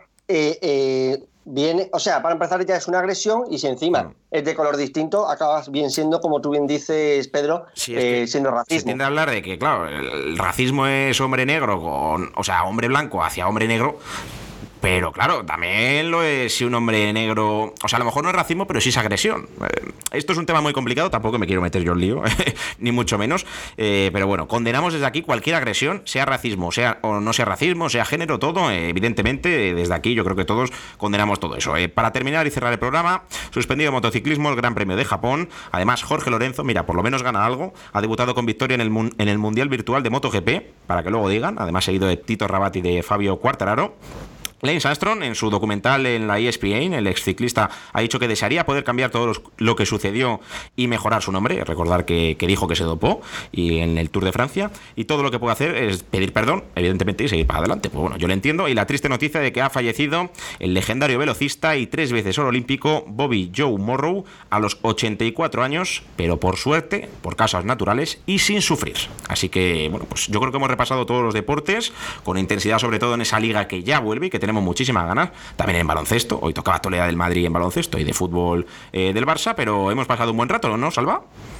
Speaker 3: viene, o sea, para empezar ya es una agresión, y si encima es de color distinto, acabas bien siendo, como tú bien dices, Pedro,
Speaker 2: sí, es
Speaker 3: siendo racismo.
Speaker 2: Se tiende a hablar de que, claro, el racismo es hombre negro hombre blanco hacia hombre negro. Pero claro, también lo es si un hombre negro... O sea, a lo mejor no es racismo, pero sí es agresión. Esto es un tema muy complicado, tampoco me quiero meter yo en lío, ni mucho menos. Pero bueno, condenamos desde aquí cualquier agresión, sea racismo, sea o no sea racismo, sea género, todo. Evidentemente, desde aquí yo creo que todos condenamos todo eso. Para terminar y cerrar el programa, suspendido motociclismo, el Gran Premio de Japón. Además, Jorge Lorenzo, mira, por lo menos gana algo. Ha debutado con victoria en el Mundial Virtual de MotoGP, para que luego digan. Además, seguido de Tito Rabat y de Fabio Quartararo. Lance Armstrong, en su documental en la ESPN, el exciclista, ha dicho que desearía poder cambiar todo lo que sucedió y mejorar su nombre. Recordar que dijo que se dopó y en el Tour de Francia, y todo lo que puede hacer es pedir perdón, evidentemente, y seguir para adelante. Pues bueno, yo lo entiendo. Y la triste noticia de que ha fallecido el legendario velocista y 3 veces oro olímpico Bobby Joe Morrow a los 84 años, pero por suerte, por causas naturales y sin sufrir. Así que, bueno, pues yo creo que hemos repasado todos los deportes con intensidad, sobre todo en esa liga que ya vuelve y que tenemos muchísimas ganas. También en baloncesto, hoy tocaba actualidad del Madrid en baloncesto y de fútbol del Barça, pero hemos pasado un buen rato, ¿no, Salva?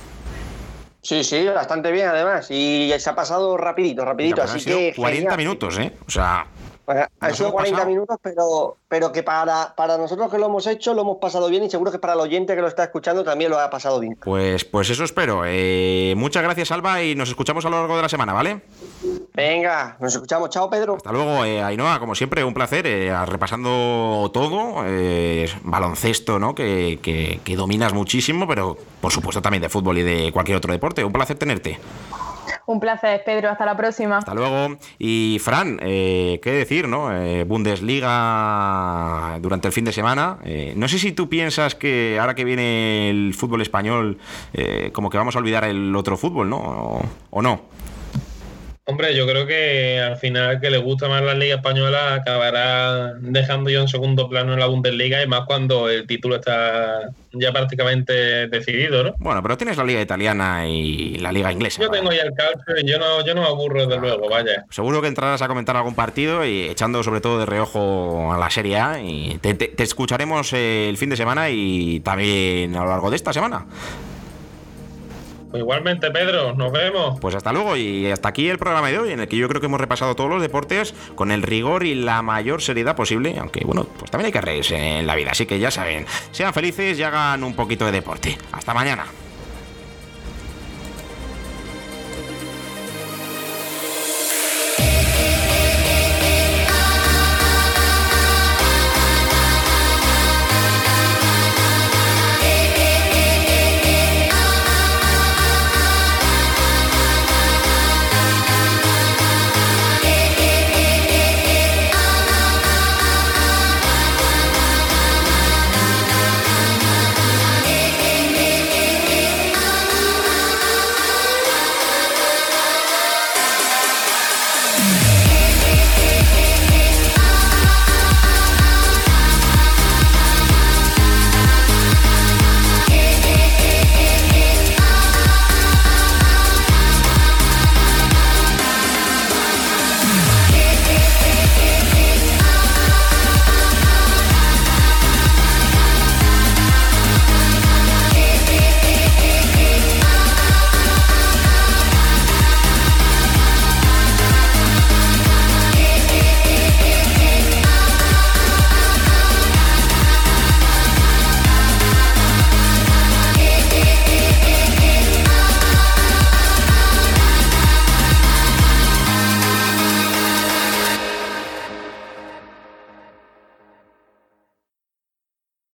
Speaker 3: Sí, bastante bien además, y se ha pasado rapidito,
Speaker 2: Mira, pues
Speaker 3: así
Speaker 2: han sido
Speaker 3: que
Speaker 2: 40
Speaker 3: genial.
Speaker 2: minutos, o sea...
Speaker 3: Han sido 40 minutos, pero que para nosotros que lo hemos hecho, lo hemos pasado bien, y seguro que para el oyente que lo está escuchando también lo ha pasado bien.
Speaker 2: Pues eso espero. Muchas gracias, Alba, y nos escuchamos a lo largo de la semana, ¿vale?
Speaker 3: Venga, nos escuchamos. Chao, Pedro.
Speaker 2: Hasta luego, Ainhoa, como siempre, un placer, repasando todo, baloncesto, ¿no? Que dominas muchísimo, pero por supuesto también de fútbol y de cualquier otro deporte. Un placer tenerte.
Speaker 5: Un placer, Pedro. Hasta la próxima.
Speaker 2: Hasta luego. Y Fran, qué decir, ¿no? Bundesliga durante el fin de semana. No sé si tú piensas que ahora que viene el fútbol español, como que vamos a olvidar el otro fútbol, ¿no? ¿O no?
Speaker 4: Hombre, yo creo que al final que le gusta más la Liga Española acabará dejando yo en segundo plano en la Bundesliga, y más cuando el título está ya prácticamente decidido, ¿no?
Speaker 2: Bueno, pero tienes la Liga Italiana y la Liga Inglesa.
Speaker 4: Yo tengo ya el calcio y yo no me aburro desde luego, vaya.
Speaker 2: Seguro que entrarás a comentar algún partido y echando sobre todo de reojo a la Serie A, y te escucharemos el fin de semana y también a lo largo de esta semana.
Speaker 4: Igualmente, Pedro, nos vemos.
Speaker 2: Pues hasta luego, y hasta aquí el programa de hoy, en el que yo creo que hemos repasado todos los deportes con el rigor y la mayor seriedad posible, aunque bueno, pues también hay que reírse en la vida, así que ya saben, sean felices y hagan un poquito de deporte. Hasta mañana.